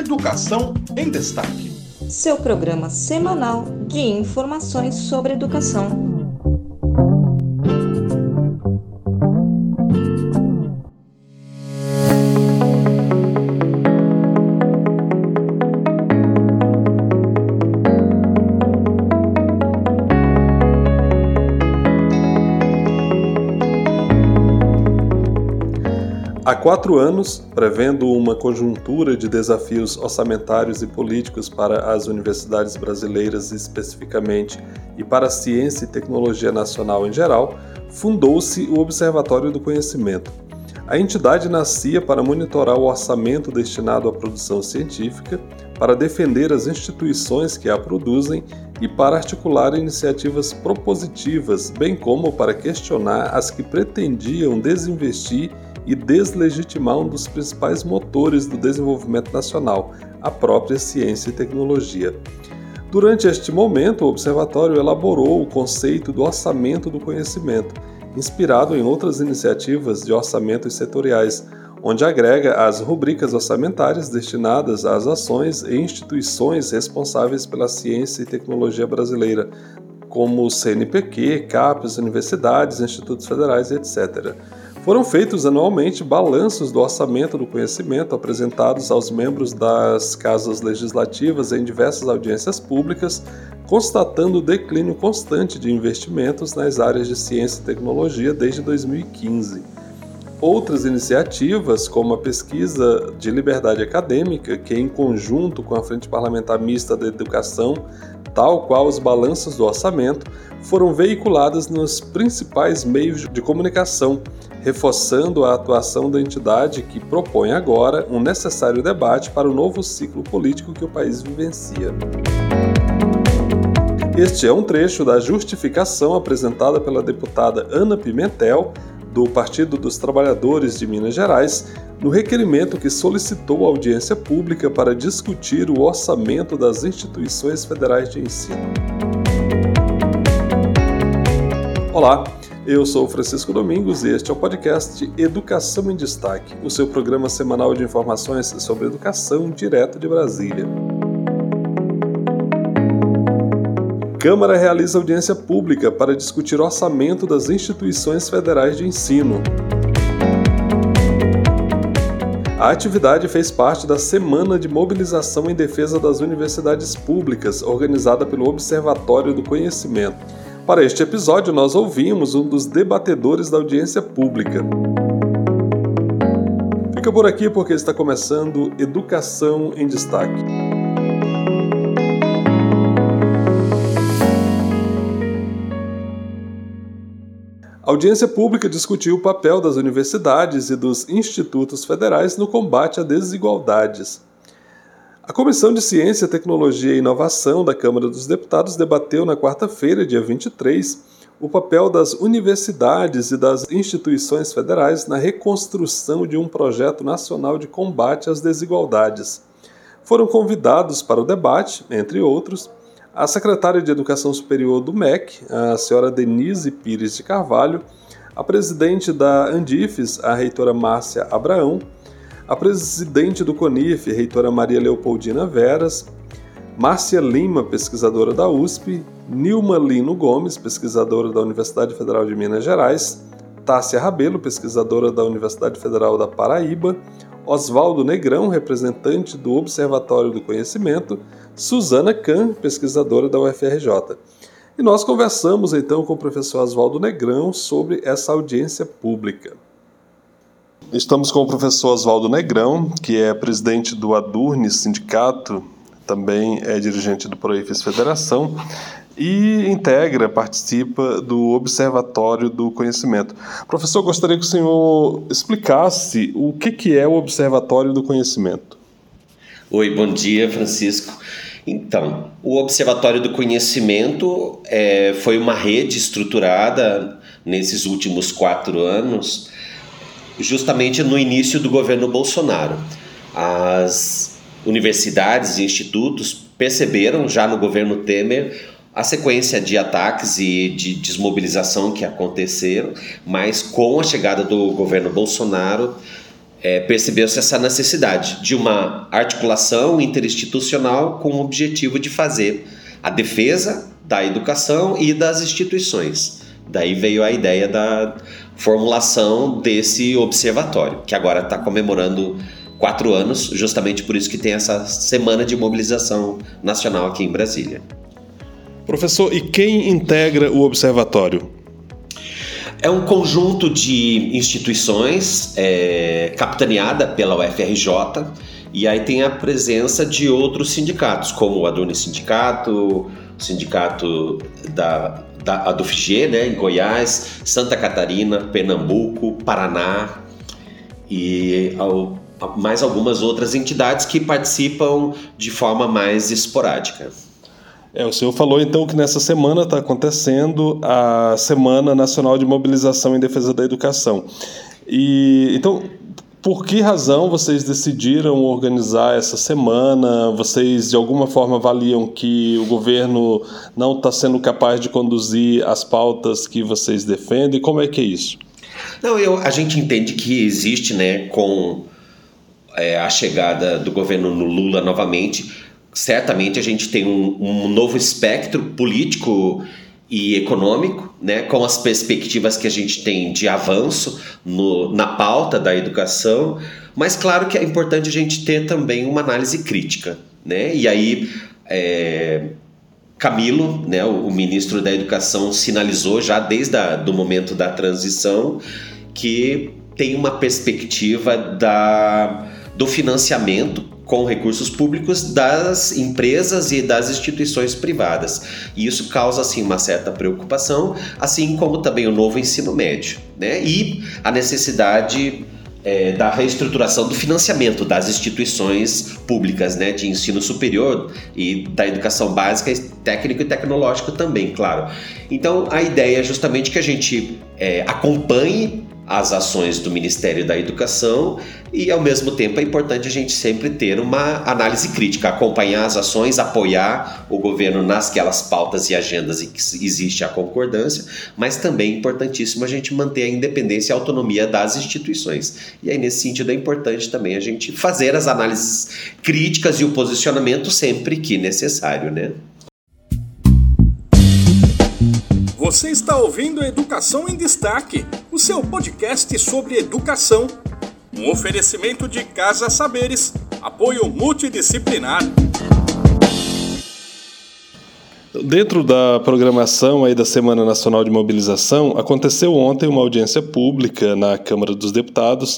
Educação em Destaque. Seu programa semanal de informações sobre educação. Há 4 anos, prevendo uma conjuntura de desafios orçamentários e políticos para as universidades brasileiras especificamente e para a ciência e tecnologia nacional em geral, fundou-se o Observatório do Conhecimento. A entidade nascia para monitorar o orçamento destinado à produção científica, para defender as instituições que a produzem e para articular iniciativas propositivas, bem como para questionar as que pretendiam desinvestir e deslegitimar um dos principais motores do desenvolvimento nacional, a própria ciência e tecnologia. Durante este momento, o Observatório elaborou o conceito do orçamento do conhecimento, inspirado em outras iniciativas de orçamentos setoriais, onde agrega as rubricas orçamentárias destinadas às ações e instituições responsáveis pela ciência e tecnologia brasileira, como o CNPq, CAPES, universidades, institutos federais, etc. Foram feitos anualmente balanços do orçamento do conhecimento apresentados aos membros das casas legislativas em diversas audiências públicas, constatando o declínio constante de investimentos nas áreas de ciência e tecnologia desde 2015. Outras iniciativas, como a pesquisa de liberdade acadêmica, que em conjunto com a Frente Parlamentar Mista da Educação, tal qual os balanços do orçamento, foram veiculadas nos principais meios de comunicação, reforçando a atuação da entidade que propõe agora um necessário debate para o novo ciclo político que o país vivencia. Este é um trecho da justificação apresentada pela deputada Ana Pimentel, do Partido dos Trabalhadores de Minas Gerais, no requerimento que solicitou audiência pública para discutir o orçamento das instituições federais de ensino. Olá, eu sou Francisco Domingos e este é o podcast Educação em Destaque, o seu programa semanal de informações sobre educação direto de Brasília. Câmara realiza audiência pública para discutir orçamento das instituições federais de ensino. A atividade fez parte da Semana de Mobilização em Defesa das Universidades Públicas, organizada pelo Observatório do Conhecimento. Para este episódio, nós ouvimos um dos debatedores da audiência pública. Fica por aqui porque está começando Educação em Destaque. A audiência pública discutiu o papel das universidades e dos institutos federais no combate a desigualdades. A Comissão de Ciência, Tecnologia e Inovação da Câmara dos Deputados debateu na quarta-feira, dia 23, o papel das universidades e das instituições federais na reconstrução de um projeto nacional de combate às desigualdades. Foram convidados para o debate, entre outros, a secretária de Educação Superior do MEC, a senhora Denise Pires de Carvalho, a presidente da Andifes, a reitora Márcia Abraão, a presidente do CONIF, reitora Maria Leopoldina Veras, Márcia Lima, pesquisadora da USP, Nilma Lino Gomes, pesquisadora da Universidade Federal de Minas Gerais, Tássia Rabelo, pesquisadora da Universidade Federal da Paraíba, Oswaldo Negrão, representante do Observatório do Conhecimento, Suzana Kahn, pesquisadora da UFRJ. E nós conversamos então com o professor Oswaldo Negrão sobre essa audiência pública. Estamos com o professor Oswaldo Negrão, que é presidente do Adurne Sindicato, também é dirigente do Proifes Federação e participa do Observatório do Conhecimento. Professor, gostaria que o senhor explicasse o que é o Observatório do Conhecimento. Oi, bom dia, Francisco. Então, o Observatório do Conhecimento foi uma rede estruturada nesses últimos 4 anos, justamente no início do governo Bolsonaro. As universidades e institutos perceberam já no governo Temer a sequência de ataques e de desmobilização que aconteceram, mas com a chegada do governo Bolsonaro percebeu-se essa necessidade de uma articulação interinstitucional com o objetivo de fazer a defesa da educação e das instituições. Daí veio a ideia da formulação desse observatório, que agora está comemorando 4 anos, justamente por isso que tem essa semana de mobilização nacional aqui em Brasília. Professor, e quem integra o observatório? É um conjunto de instituições capitaneada pela UFRJ, e aí tem a presença de outros sindicatos, como o Adurne Sindicato, o sindicato do FIGE, né, em Goiás, Santa Catarina, Pernambuco, Paraná e mais algumas outras entidades que participam de forma mais esporádica. O senhor falou então que nessa semana está acontecendo a Semana Nacional de Mobilização em Defesa da Educação. Então, por que razão vocês decidiram organizar essa semana? Vocês de alguma forma avaliam que o governo não está sendo capaz de conduzir as pautas que vocês defendem? Como é que é isso? A gente entende que existe, né, com a chegada do governo Lula novamente, certamente a gente tem um novo espectro político e econômico, né, com as perspectivas que a gente tem de avanço na pauta da educação, mas claro que é importante a gente ter também uma análise crítica, né? E aí Camilo, né, o ministro da Educação, sinalizou já desde o momento da transição que tem uma perspectiva do financiamento com recursos públicos das empresas e das instituições privadas. E isso causa, assim, uma certa preocupação, assim como também o novo ensino médio, né? E a necessidade da reestruturação do financiamento das instituições públicas, né, de ensino superior e da educação básica, técnico e tecnológico também, claro. Então, a ideia é justamente que a gente acompanhe as ações do Ministério da Educação e, ao mesmo tempo, é importante a gente sempre ter uma análise crítica, acompanhar as ações, apoiar o governo nasquelas pautas e agendas em que existe a concordância, mas também é importantíssimo a gente manter a independência e a autonomia das instituições. E aí, nesse sentido, é importante também a gente fazer as análises críticas e o posicionamento sempre que necessário, né? Você está ouvindo Educação em Destaque, o seu podcast sobre educação. Um oferecimento de Casa Saberes, apoio multidisciplinar. Dentro da programação aí da Semana Nacional de Mobilização, aconteceu ontem uma audiência pública na Câmara dos Deputados,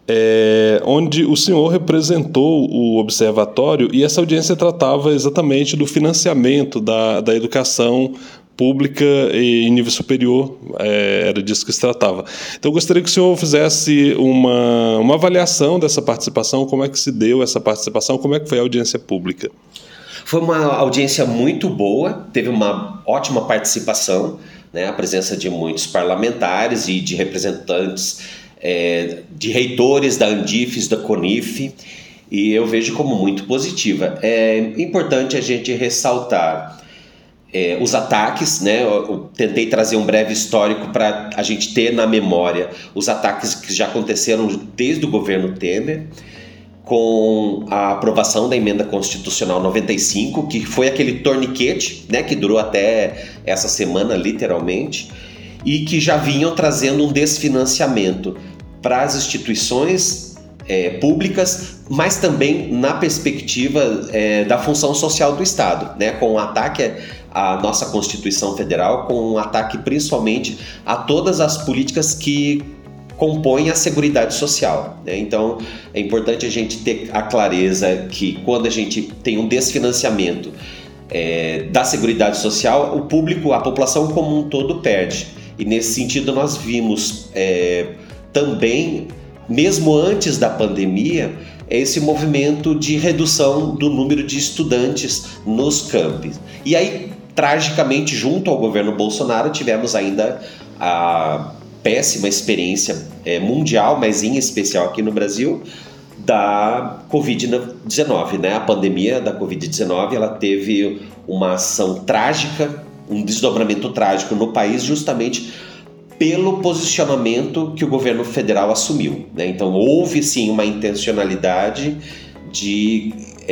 onde o senhor representou o observatório, e essa audiência tratava exatamente do financiamento da educação pública e em nível superior, era disso que se tratava. Então eu gostaria que o senhor fizesse uma avaliação dessa participação, como é que se deu essa participação, como é que foi a audiência pública. Foi uma audiência muito boa, teve uma ótima participação, né, a presença de muitos parlamentares e de representantes de reitores da Andifes, da CONIF, e eu vejo como muito positiva. É importante a gente ressaltar os ataques, né? Eu tentei trazer um breve histórico para a gente ter na memória os ataques que já aconteceram desde o governo Temer, com a aprovação da Emenda Constitucional 95, que foi aquele torniquete, né, que durou até essa semana, literalmente, e que já vinham trazendo um desfinanciamento para as instituições públicas, mas também na perspectiva da função social do Estado, né, com um ataque à nossa Constituição Federal, com um ataque principalmente a todas as políticas que compõem a Seguridade Social, né? Então é importante a gente ter a clareza que quando a gente tem um desfinanciamento da Seguridade Social, o público, a população como um todo perde. E nesse sentido nós vimos também, mesmo antes da pandemia, esse movimento de redução do número de estudantes nos campi. E aí, tragicamente, junto ao governo Bolsonaro, tivemos ainda a péssima experiência mundial, mas em especial aqui no Brasil, da Covid-19, né? A pandemia da Covid-19, ela teve uma ação trágica, um desdobramento trágico no país, justamente pelo posicionamento que o governo federal assumiu, né? Então houve sim uma intencionalidade de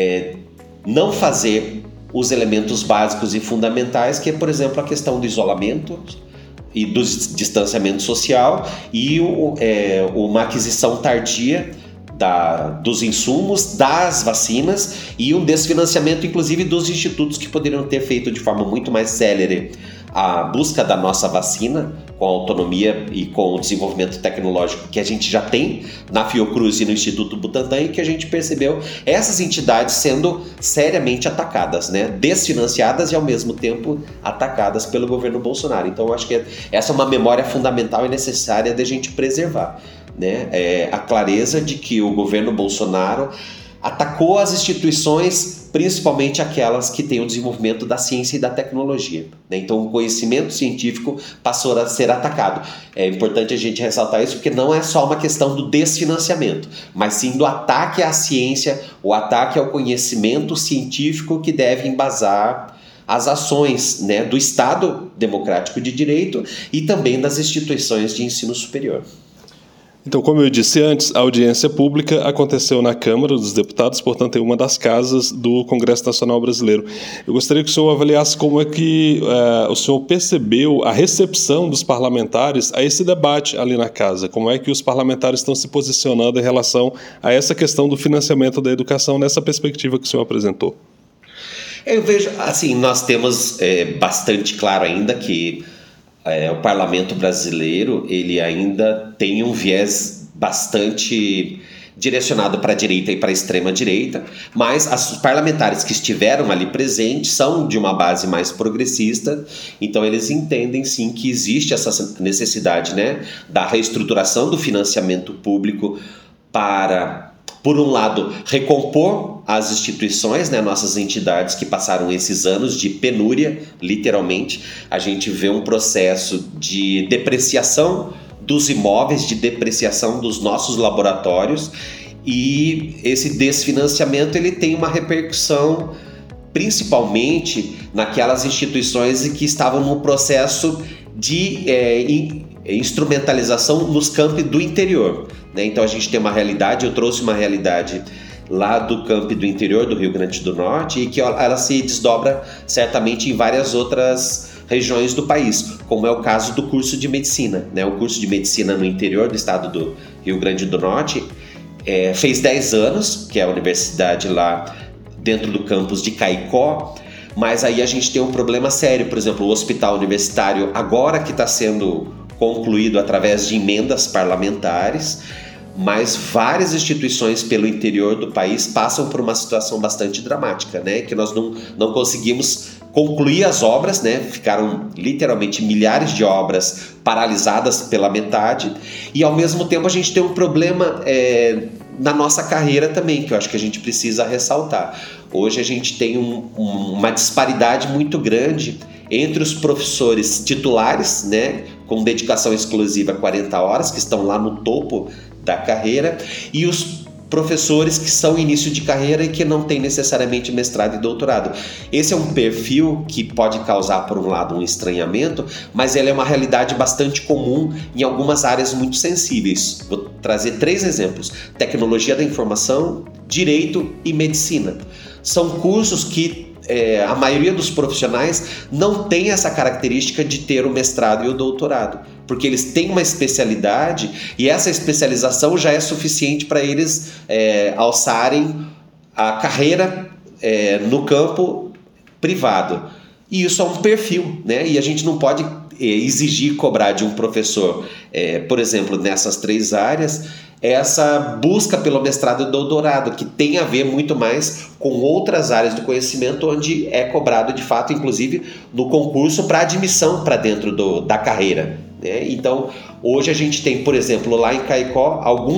não fazer os elementos básicos e fundamentais, que é, por exemplo, a questão do isolamento e do distanciamento social e uma aquisição tardia dos insumos, das vacinas e um desfinanciamento, inclusive, dos institutos que poderiam ter feito de forma muito mais célere a busca da nossa vacina, com a autonomia e com o desenvolvimento tecnológico que a gente já tem na Fiocruz e no Instituto Butantan, e que a gente percebeu essas entidades sendo seriamente atacadas, né? Desfinanciadas e ao mesmo tempo atacadas pelo governo Bolsonaro. Então eu acho que essa é uma memória fundamental e necessária de a gente preservar, né? A clareza de que o governo Bolsonaro atacou as instituições, principalmente aquelas que têm o desenvolvimento da ciência e da tecnologia, né? Então o conhecimento científico passou a ser atacado. É importante a gente ressaltar isso, porque não é só uma questão do desfinanciamento, mas sim do ataque à ciência, o ataque ao conhecimento científico que deve embasar as ações, né, do Estado democrático de direito e também das instituições de ensino superior. Então, como eu disse antes, a audiência pública aconteceu na Câmara dos Deputados, portanto, em uma das casas do Congresso Nacional Brasileiro. Eu gostaria que o senhor avaliasse como é que o senhor percebeu a recepção dos parlamentares a esse debate ali na casa. Como é que os parlamentares estão se posicionando em relação a essa questão do financiamento da educação nessa perspectiva que o senhor apresentou? Eu vejo, assim, nós temos bastante claro ainda que o parlamento brasileiro ele ainda tem um viés bastante direcionado para a direita e para a extrema-direita, mas os parlamentares que estiveram ali presentes são de uma base mais progressista, então eles entendem sim que existe essa necessidade, né, da reestruturação do financiamento público para, por um lado, recompor as instituições, né, nossas entidades que passaram esses anos de penúria, literalmente. A gente vê um processo de depreciação dos imóveis, de depreciação dos nossos laboratórios, e esse desfinanciamento ele tem uma repercussão principalmente naquelas instituições que estavam no processo de instrumentalização nos campi do interior, né? Então a gente tem uma realidade, eu trouxe uma realidade lá do campi do interior do Rio Grande do Norte e que ela se desdobra certamente em várias outras regiões do país, como é o caso do curso de medicina, né? O curso de medicina no interior do estado do Rio Grande do Norte fez 10 anos, que é a universidade lá dentro do campus de Caicó, mas aí a gente tem um problema sério. Por exemplo, o hospital universitário, agora que está sendo concluído através de emendas parlamentares, mas várias instituições pelo interior do país passam por uma situação bastante dramática, né? Que nós não conseguimos concluir as obras, né? Ficaram literalmente milhares de obras paralisadas pela metade, e ao mesmo tempo a gente tem um problema na nossa carreira também, que eu acho que a gente precisa ressaltar. Hoje a gente tem uma disparidade muito grande entre os professores titulares, né, com dedicação exclusiva a 40 horas, que estão lá no topo da carreira, e os professores que são início de carreira e que não têm necessariamente mestrado e doutorado. Esse é um perfil que pode causar, por um lado, um estranhamento, mas ele é uma realidade bastante comum em algumas áreas muito sensíveis. Vou trazer 3 exemplos: tecnologia da informação, direito e medicina. São cursos que a maioria dos profissionais não tem essa característica de ter o mestrado e o doutorado, porque eles têm uma especialidade e essa especialização já é suficiente para eles alçarem a carreira no campo privado. E isso é um perfil, né? E a gente não pode exigir cobrar de um professor, por exemplo, nessas 3 áreas, essa busca pelo mestrado e doutorado, que tem a ver muito mais com outras áreas do conhecimento, onde é cobrado de fato, inclusive no concurso para admissão para dentro da carreira, né? Então, hoje a gente tem, por exemplo, lá em Caicó,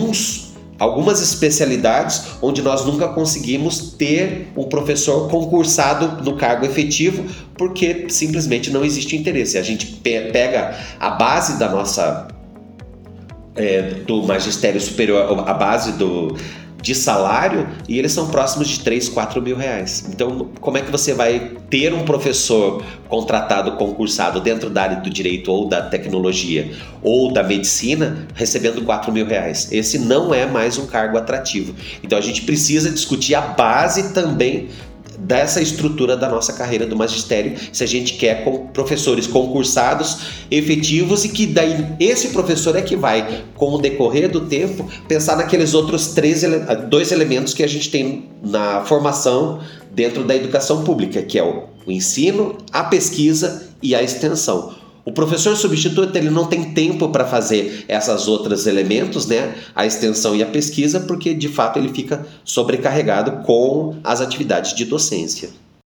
algumas especialidades onde nós nunca conseguimos ter um professor concursado no cargo efetivo, porque simplesmente não existe interesse. A gente pega a base da nossa do magistério superior, a base do de salário e eles são próximos de 3, 4 mil reais. Então, como é que você vai ter um professor contratado, concursado dentro da área do direito ou da tecnologia ou da medicina recebendo 4 mil reais? Esse não é mais um cargo atrativo. Então, a gente precisa discutir a base também dessa estrutura da nossa carreira do magistério, se a gente quer com professores concursados, efetivos, e que daí esse professor é que vai, com o decorrer do tempo, pensar naqueles outros 2 elementos que a gente tem na formação dentro da educação pública, que é o ensino, a pesquisa e a extensão. O professor substituto, ele não tem tempo para fazer esses outros elementos, né? A extensão e a pesquisa, porque de fato ele fica sobrecarregado com as atividades de docência.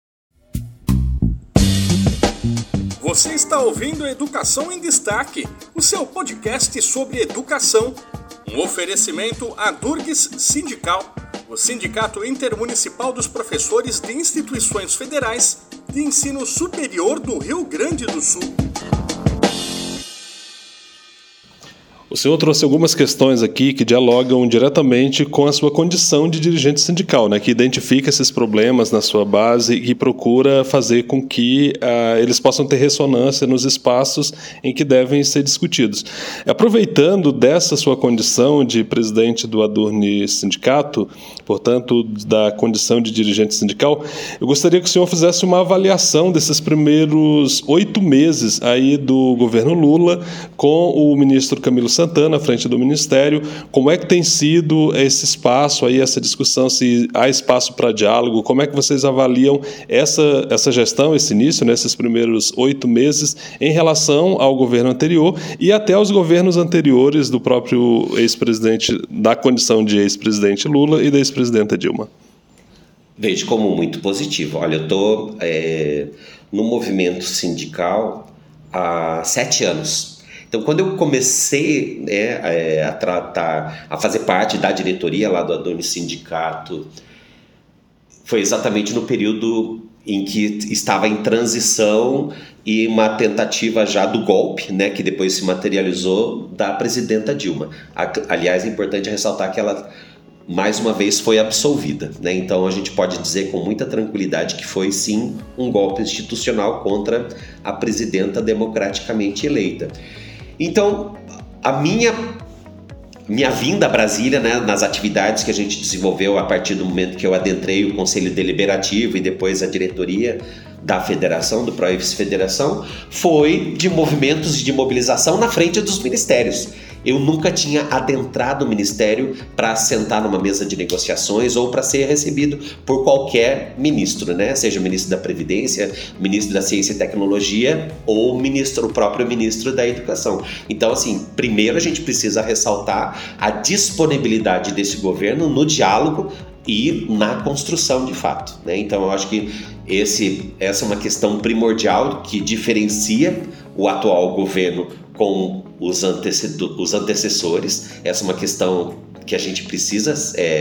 Você está ouvindo Educação em Destaque, o seu podcast sobre educação. Um oferecimento à Durgues Sindical, o Sindicato Intermunicipal dos Professores de Instituições Federais de Ensino Superior do Rio Grande do Sul. O senhor trouxe algumas questões aqui que dialogam diretamente com a sua condição de dirigente sindical, né, que identifica esses problemas na sua base e procura fazer com que eles possam ter ressonância nos espaços em que devem ser discutidos. Aproveitando dessa sua condição de presidente do Adurni Sindicato, portanto, da condição de dirigente sindical, eu gostaria que o senhor fizesse uma avaliação desses primeiros 8 meses aí do governo Lula com o ministro Camilo Santana à frente do Ministério. Como é que tem sido esse espaço aí, essa discussão, se há espaço para diálogo? Como é que vocês avaliam essa gestão, esse início, nesses primeiros 8 meses, em relação ao governo anterior e até aos governos anteriores do próprio ex-presidente, da condição de ex-presidente Lula e da ex-presidenta Dilma? Vejo como muito positivo. Olha, eu estou no movimento sindical há 7 anos. Então, quando eu comecei a fazer parte da diretoria lá do Adurni Sindicato, foi exatamente no período em que estava em transição e uma tentativa já do golpe, né, que depois se materializou, da presidenta Dilma. Aliás, é importante ressaltar que ela, mais uma vez, foi absolvida, né? Então a gente pode dizer com muita tranquilidade que foi sim um golpe institucional contra a presidenta democraticamente eleita. Então, a minha vinda a Brasília, né, nas atividades que a gente desenvolveu a partir do momento que eu adentrei o Conselho Deliberativo e depois a diretoria da Federação, do Proifes Federação, foi de movimentos de mobilização na frente dos ministérios. Eu nunca tinha adentrado o ministério para sentar numa mesa de negociações ou para ser recebido por qualquer ministro, né? Seja o ministro da Previdência, ministro da Ciência e Tecnologia ou o próprio ministro da Educação. Então, assim, primeiro a gente precisa ressaltar a disponibilidade desse governo no diálogo e na construção de fato, né? Então, eu acho que essa é uma questão primordial que diferencia o atual governo com os antecessores. Essa é uma questão que a gente precisa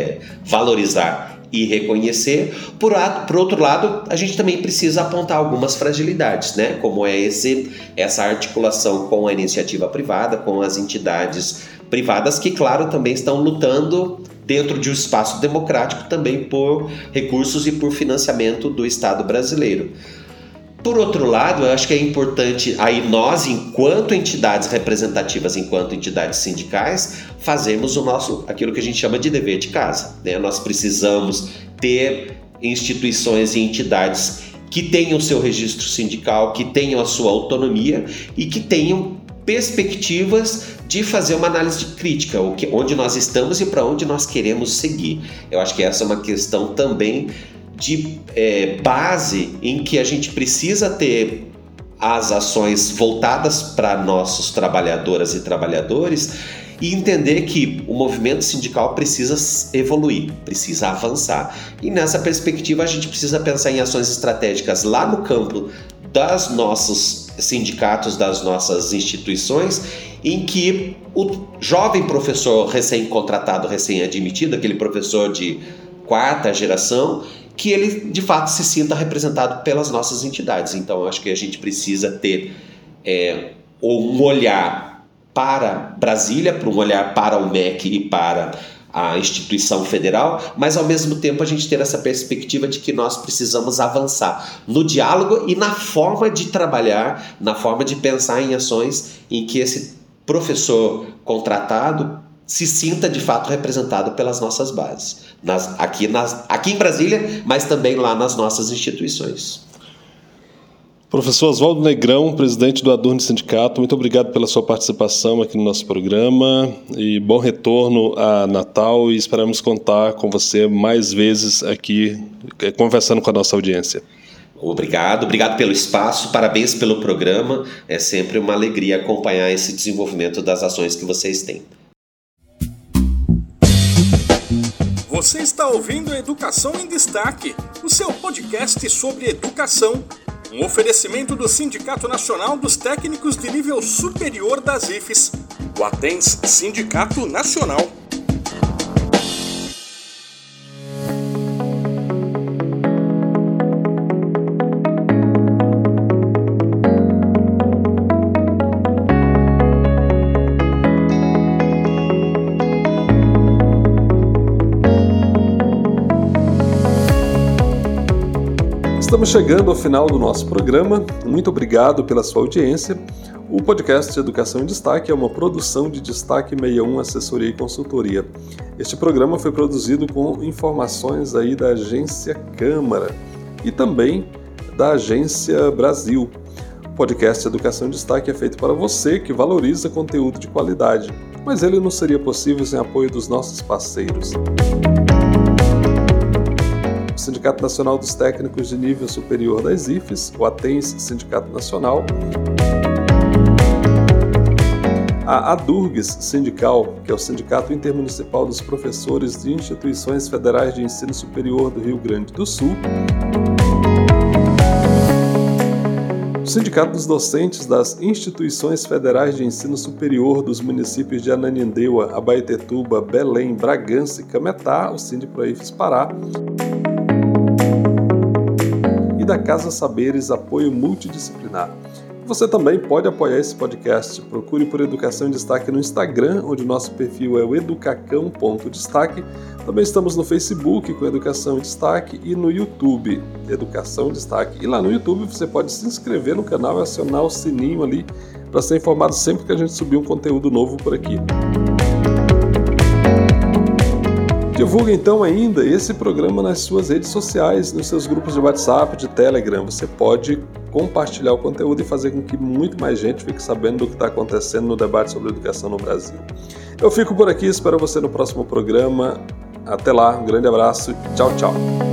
valorizar e reconhecer. Por outro lado, a gente também precisa apontar algumas fragilidades, né? Como é essa articulação com a iniciativa privada, com as entidades privadas que, claro, também estão lutando dentro de um espaço democrático também por recursos e por financiamento do Estado brasileiro. Por outro lado, eu acho que é importante aí nós, enquanto entidades representativas, enquanto entidades sindicais, fazermos aquilo que a gente chama de dever de casa, né? Nós precisamos ter instituições e entidades que tenham o seu registro sindical, que tenham a sua autonomia e que tenham perspectivas de fazer uma análise crítica, onde nós estamos e para onde nós queremos seguir. Eu acho que essa é uma questão também de base em que a gente precisa ter as ações voltadas para nossos trabalhadoras e trabalhadores e entender que o movimento sindical precisa evoluir, precisa avançar. E nessa perspectiva a gente precisa pensar em ações estratégicas lá no campo dos nossos sindicatos, das nossas instituições, em que o jovem professor recém-contratado, recém-admitido, aquele professor de 4ª geração, que ele de fato se sinta representado pelas nossas entidades. Então eu acho que a gente precisa ter um olhar para Brasília, um olhar para o MEC e para a instituição federal, mas ao mesmo tempo a gente ter essa perspectiva de que nós precisamos avançar no diálogo e na forma de trabalhar, na forma de pensar em ações em que esse professor contratado se sinta de fato representado pelas nossas bases, aqui em Brasília, mas também lá nas nossas instituições. Professor Oswaldo Negrão, presidente do Adurne Sindicato, muito obrigado pela sua participação aqui no nosso programa e bom retorno a Natal, e esperamos contar com você mais vezes aqui conversando com a nossa audiência. Obrigado pelo espaço, parabéns pelo programa, é sempre uma alegria acompanhar esse desenvolvimento das ações que vocês têm. Você está ouvindo Educação em Destaque, o seu podcast sobre educação. Um oferecimento do Sindicato Nacional dos Técnicos de Nível Superior das IFES, o ATENS Sindicato Nacional. Estamos chegando ao final do nosso programa. Muito obrigado pela sua audiência. O podcast Educação em Destaque é uma produção de Destaque 61 Assessoria e Consultoria. Este programa foi produzido com informações aí da Agência Câmara e também da Agência Brasil. O podcast Educação em Destaque é feito para você que valoriza conteúdo de qualidade, mas ele não seria possível sem apoio dos nossos parceiros. O Sindicato Nacional dos Técnicos de Nível Superior das IFES, o ATENS Sindicato Nacional, a ADURGS Sindical, que é o Sindicato Intermunicipal dos Professores de Instituições Federais de Ensino Superior do Rio Grande do Sul, o Sindicato dos Docentes das Instituições Federais de Ensino Superior dos municípios de Ananindeua, Abaetetuba, Belém, Bragança e Cametá, o Sindiproifes Pará, e da Casa Saberes Apoio Multidisciplinar. Você também pode apoiar esse podcast. Procure por Educação em Destaque no Instagram, onde o nosso perfil é o educacão.destaque. Também estamos no Facebook com Educação em Destaque e no YouTube, Educação em Destaque. E lá no YouTube você pode se inscrever no canal e acionar o sininho ali para ser informado sempre que a gente subir um conteúdo novo por aqui. Divulgue então ainda esse programa nas suas redes sociais, nos seus grupos de WhatsApp, de Telegram. Você pode compartilhar o conteúdo e fazer com que muito mais gente fique sabendo do que está acontecendo no debate sobre educação no Brasil. Eu fico por aqui, espero você no próximo programa. Até lá, um grande abraço, tchau, tchau.